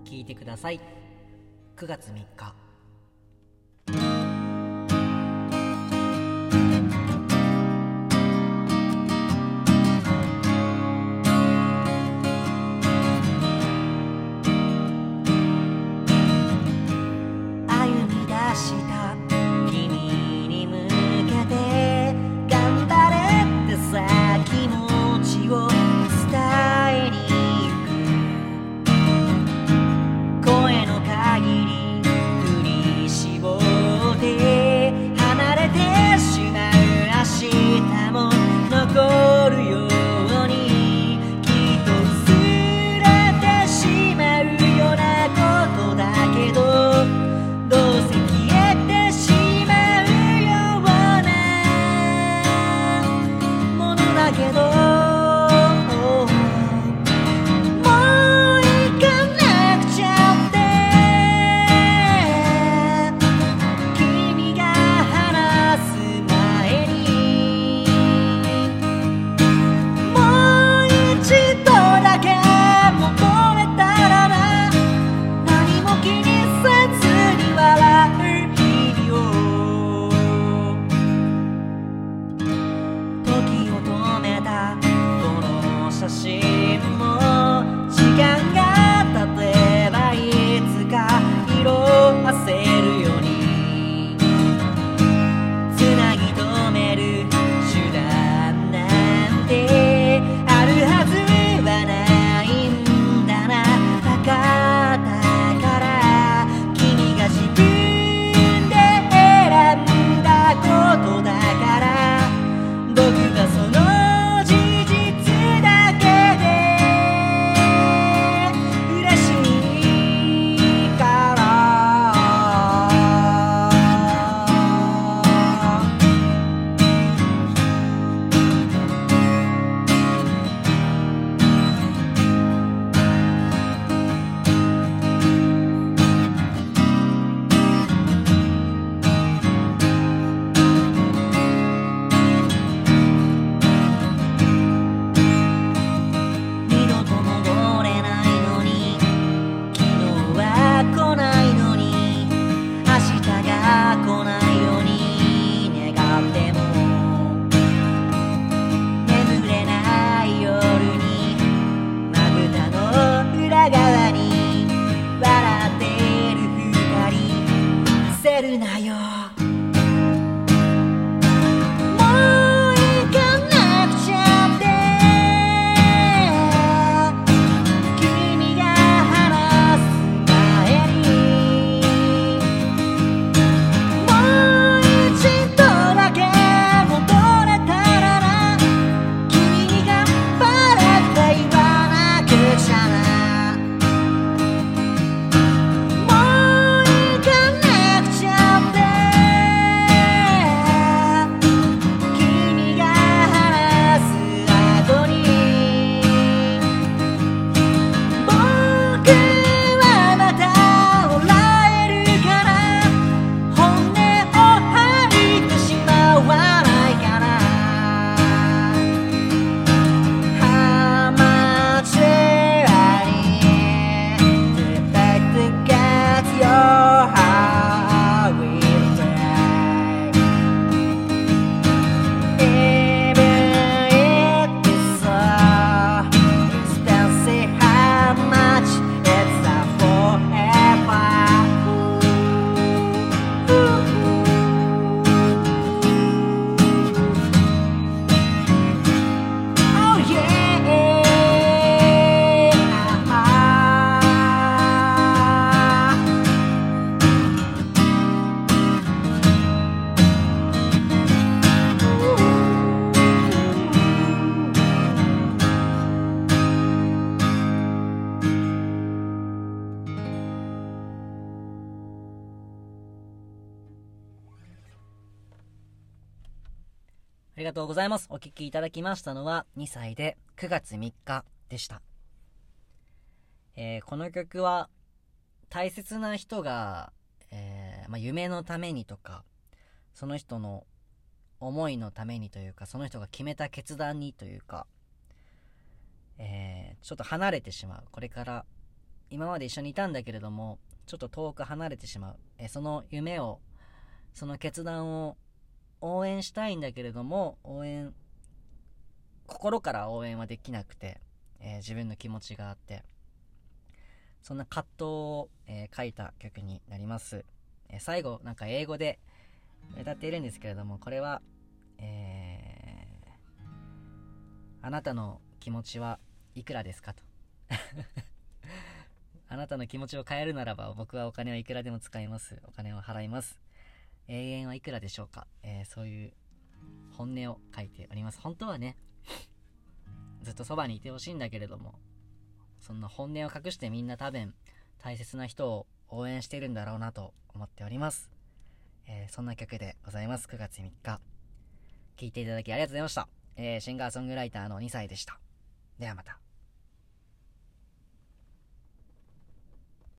聴いてください。9月3日。ありがとうございます。お聴きいただきましたのは2歳で9月3日でした。この曲は大切な人が、夢のためにとかその人の思いのためにというか、その人が決めた決断にというか、ちょっと離れてしまう、これから今まで一緒にいたんだけれども、ちょっと遠く離れてしまう。その夢を、その決断を応援したいんだけれども、心から応援はできなくて、自分の気持ちがあって、そんな葛藤を、書いた曲になります。最後、なんか英語で歌っているんですけれども、これは、あなたの気持ちはいくらですかと。あなたの気持ちを変えるならば、僕はお金はいくらでも使います。お金を払います。永遠はいくらでしょうか。そういう本音を書いております。本当はね、ずっとそばにいてほしいんだけれども、そんな本音を隠してみんな多分大切な人を応援しているんだろうなと思っております。そんな曲でございます。9月3日聴いていただきありがとうございました。シンガーソングライターの2歳でした。ではまた。